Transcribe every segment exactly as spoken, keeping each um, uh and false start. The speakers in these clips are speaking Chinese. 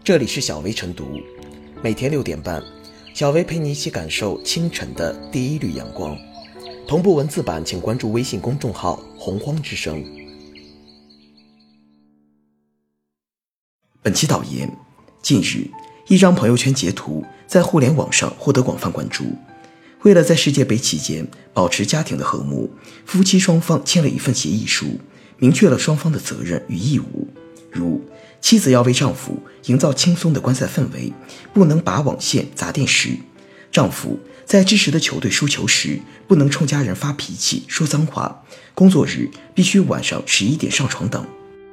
这里是小薇晨读，每天六点半，小薇陪你一起感受清晨的第一缕阳光。同步文字版请关注微信公众号洪荒之声。本期导言：近日，一张朋友圈截图在互联网上获得广泛关注。为了在世界杯期间保持家庭的和睦，夫妻双方签了一份协议书，明确了双方的责任与义务。如妻子要为丈夫营造轻松的观赛氛围，不能拔网线砸电视；丈夫在支持的球队输球时，不能冲家人发脾气说脏话；工作日必须晚上十一点上床等。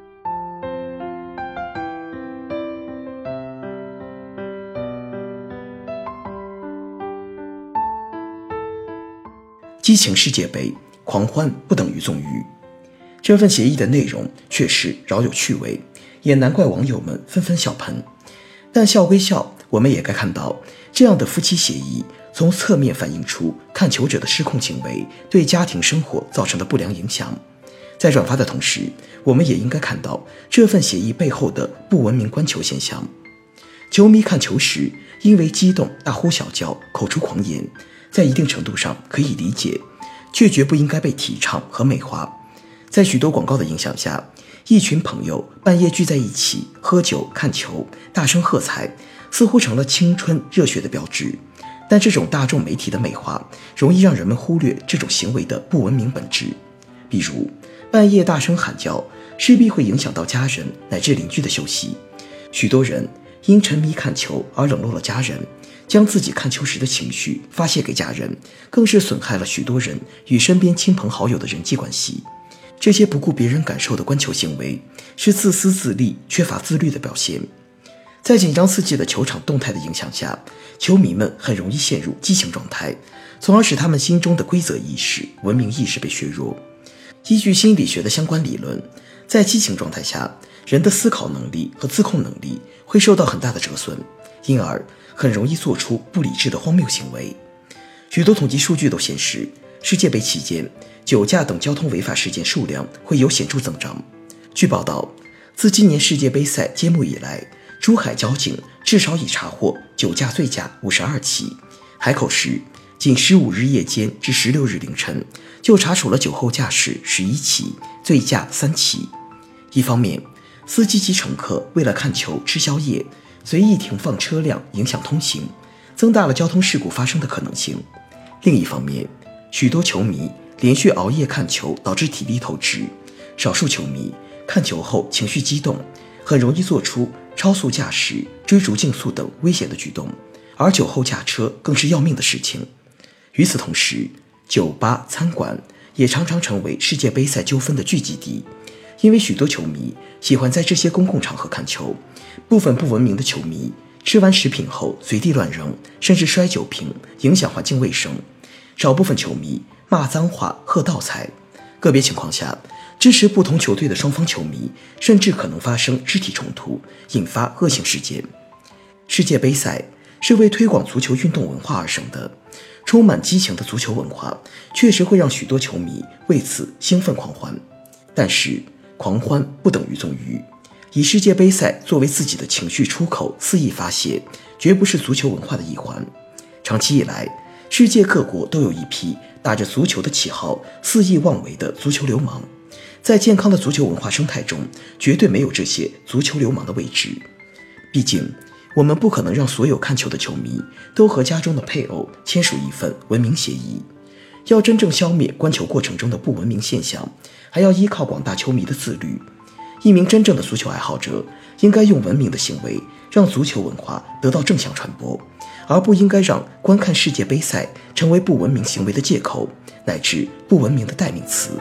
激情世界杯，狂欢不等于纵欲。这份协议的内容确实饶有趣味，也难怪网友们纷纷笑喷。但笑归笑，我们也该看到，这样的夫妻协议从侧面反映出看球者的失控行为对家庭生活造成的不良影响。在转发的同时，我们也应该看到这份协议背后的不文明观球现象。球迷看球时因为激动大呼小叫，口出狂言，在一定程度上可以理解，却绝不应该被提倡和美化。在许多广告的影响下，一群朋友半夜聚在一起喝酒看球，大声喝彩，似乎成了青春热血的标志。但这种大众媒体的美化容易让人们忽略这种行为的不文明本质。比如半夜大声喊叫，势必会影响到家人乃至邻居的休息。许多人因沉迷看球而冷落了家人，将自己看球时的情绪发泄给家人，更是损害了许多人与身边亲朋好友的人际关系。这些不顾别人感受的观球行为，是自私自利、缺乏自律的表现。在紧张刺激的球场动态的影响下，球迷们很容易陷入激情状态，从而使他们心中的规则意识、文明意识被削弱。依据心理学的相关理论，在激情状态下，人的思考能力和自控能力会受到很大的折损，因而很容易做出不理智的荒谬行为。许多统计数据都显示，世界杯期间酒驾等交通违法事件数量会有显著增长。据报道，自今年世界杯赛揭幕以来，珠海交警至少已查获酒驾醉驾五十二起，海口市仅十五日夜间至十六日凌晨就查处了酒后驾驶十一起，醉驾三起。一方面，司机及乘客为了看球吃宵夜，随意停放车辆影响通行，增大了交通事故发生的可能性。另一方面，许多球迷连续熬夜看球导致体力透支，少数球迷看球后情绪激动，很容易做出超速驾驶、追逐竞速等危险的举动，而酒后驾车更是要命的事情。与此同时，酒吧、餐馆也常常成为世界杯赛纠纷的聚集地，因为许多球迷喜欢在这些公共场合看球，部分不文明的球迷吃完食品后随地乱扔，甚至摔酒瓶，影响环境卫生。少部分球迷骂脏话、喝倒彩，个别情况下，支持不同球队的双方球迷甚至可能发生肢体冲突，引发恶性事件。世界杯赛是为推广足球运动文化而生的，充满激情的足球文化确实会让许多球迷为此兴奋狂欢。但是，狂欢不等于纵欲，以世界杯赛作为自己的情绪出口肆意发泄，绝不是足球文化的一环。长期以来，世界各国都有一批打着足球的旗号肆意妄为的足球流氓，在健康的足球文化生态中，绝对没有这些足球流氓的位置。毕竟，我们不可能让所有看球的球迷都和家中的配偶签署一份文明协议。要真正消灭观球过程中的不文明现象，还要依靠广大球迷的自律。一名真正的足球爱好者应该用文明的行为让足球文化得到正向传播，而不应该让观看世界杯赛成为不文明行为的借口，乃至不文明的代名词。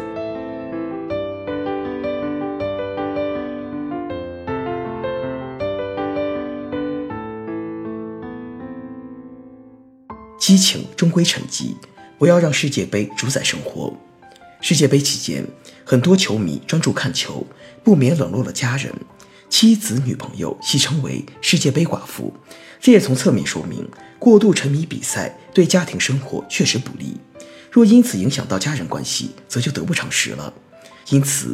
激情终归沉寂，不要让世界杯主宰生活。世界杯期间，很多球迷专注看球，不免冷落了家人，妻子、女朋友戏称为世界杯寡妇。这也从侧面说明，过度沉迷比赛对家庭生活确实不利，若因此影响到家人关系，则就得不偿失了。因此，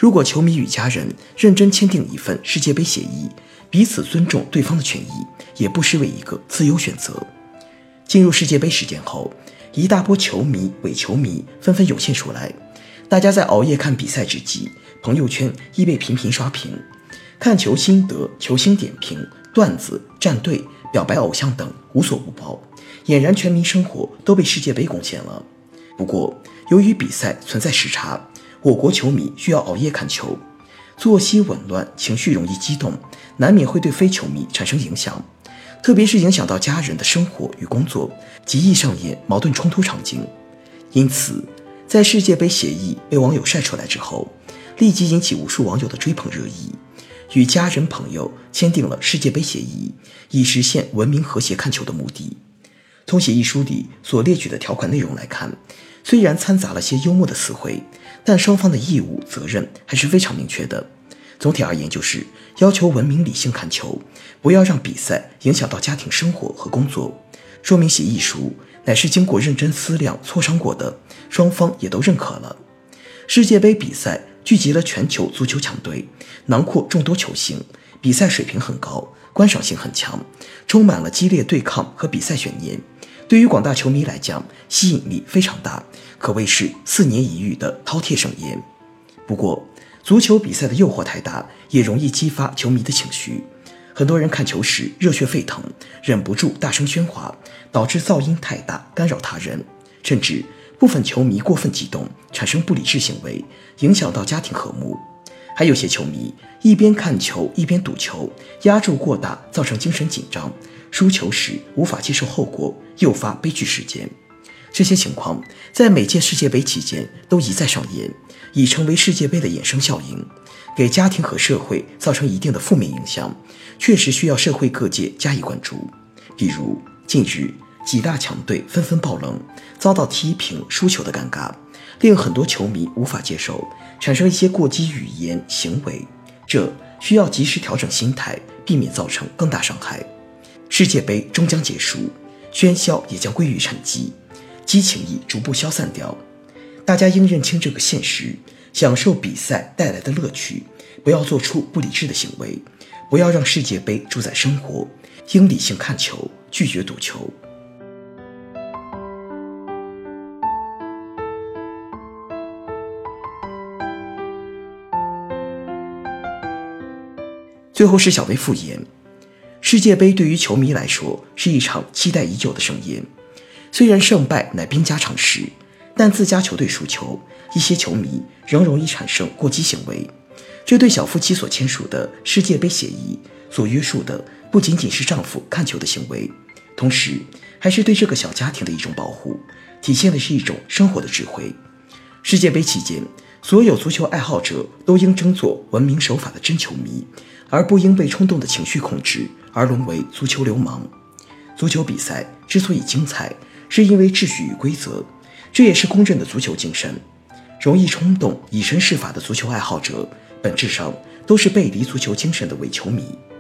如果球迷与家人认真签订一份世界杯协议，彼此尊重对方的权益，也不失为一个自由选择。进入世界杯时间后，一大波球迷、伪球迷纷纷涌现出来，大家在熬夜看比赛之际，朋友圈亦被频频刷屏，看球心得、球星点评、段子、战队、表白偶像等无所不包，俨然全民生活都被世界杯贡献了。不过，由于比赛存在时差，我国球迷需要熬夜看球，作息紊乱，情绪容易激动，难免会对非球迷产生影响，特别是影响到家人的生活与工作，极易上演矛盾冲突场景。因此，在世界杯协议被网友晒出来之后，立即引起无数网友的追捧热议，与家人朋友签订了世界杯协议，以实现文明和谐看球的目的。从协议书里所列举的条款内容来看，虽然掺杂了些幽默的词汇，但双方的义务责任还是非常明确的。总体而言，就是要求文明理性看球，不要让比赛影响到家庭生活和工作。说明协议书乃是经过认真思量磋商过的，双方也都认可了。世界杯比赛聚集了全球足球强队，囊括众多球星，比赛水平很高，观赏性很强，充满了激烈对抗和比赛悬念。对于广大球迷来讲，吸引力非常大，可谓是四年一遇的饕餮盛宴。不过，足球比赛的诱惑太大，也容易激发球迷的情绪。很多人看球时热血沸腾，忍不住大声喧哗，导致噪音太大，干扰他人，甚至部分球迷过分激动，产生不理智行为，影响到家庭和睦。还有些球迷一边看球一边赌球，压注过大，造成精神紧张，输球时无法接受后果，诱发悲剧事件。这些情况在每届世界杯期间都一再上演，已成为世界杯的衍生效应，给家庭和社会造成一定的负面影响，确实需要社会各界加以关注。比如近日几大强队纷纷爆冷，遭到踢平输球的尴尬，令很多球迷无法接受，产生一些过激语言行为，这需要及时调整心态，避免造成更大伤害。世界杯终将结束，喧嚣也将归于沉寂，激情亦逐步消散掉。大家应认清这个现实，享受比赛带来的乐趣，不要做出不理智的行为，不要让世界杯主宰生活，应理性看球，拒绝赌球。最后是小薇复言，世界杯对于球迷来说是一场期待已久的盛宴，虽然胜败乃兵家常事，但自家球队输球，一些球迷仍容易产生过激行为。这对小夫妻所签署的世界杯协议所约束的不仅仅是丈夫看球的行为，同时还是对这个小家庭的一种保护，体现的是一种生活的智慧。世界杯期间，所有足球爱好者都应争做文明守法的真球迷，而不应被冲动的情绪控制而沦为足球流氓。足球比赛之所以精彩，是因为秩序与规则，这也是公认的足球精神。容易冲动以身试法的足球爱好者，本质上都是背离足球精神的伪球迷。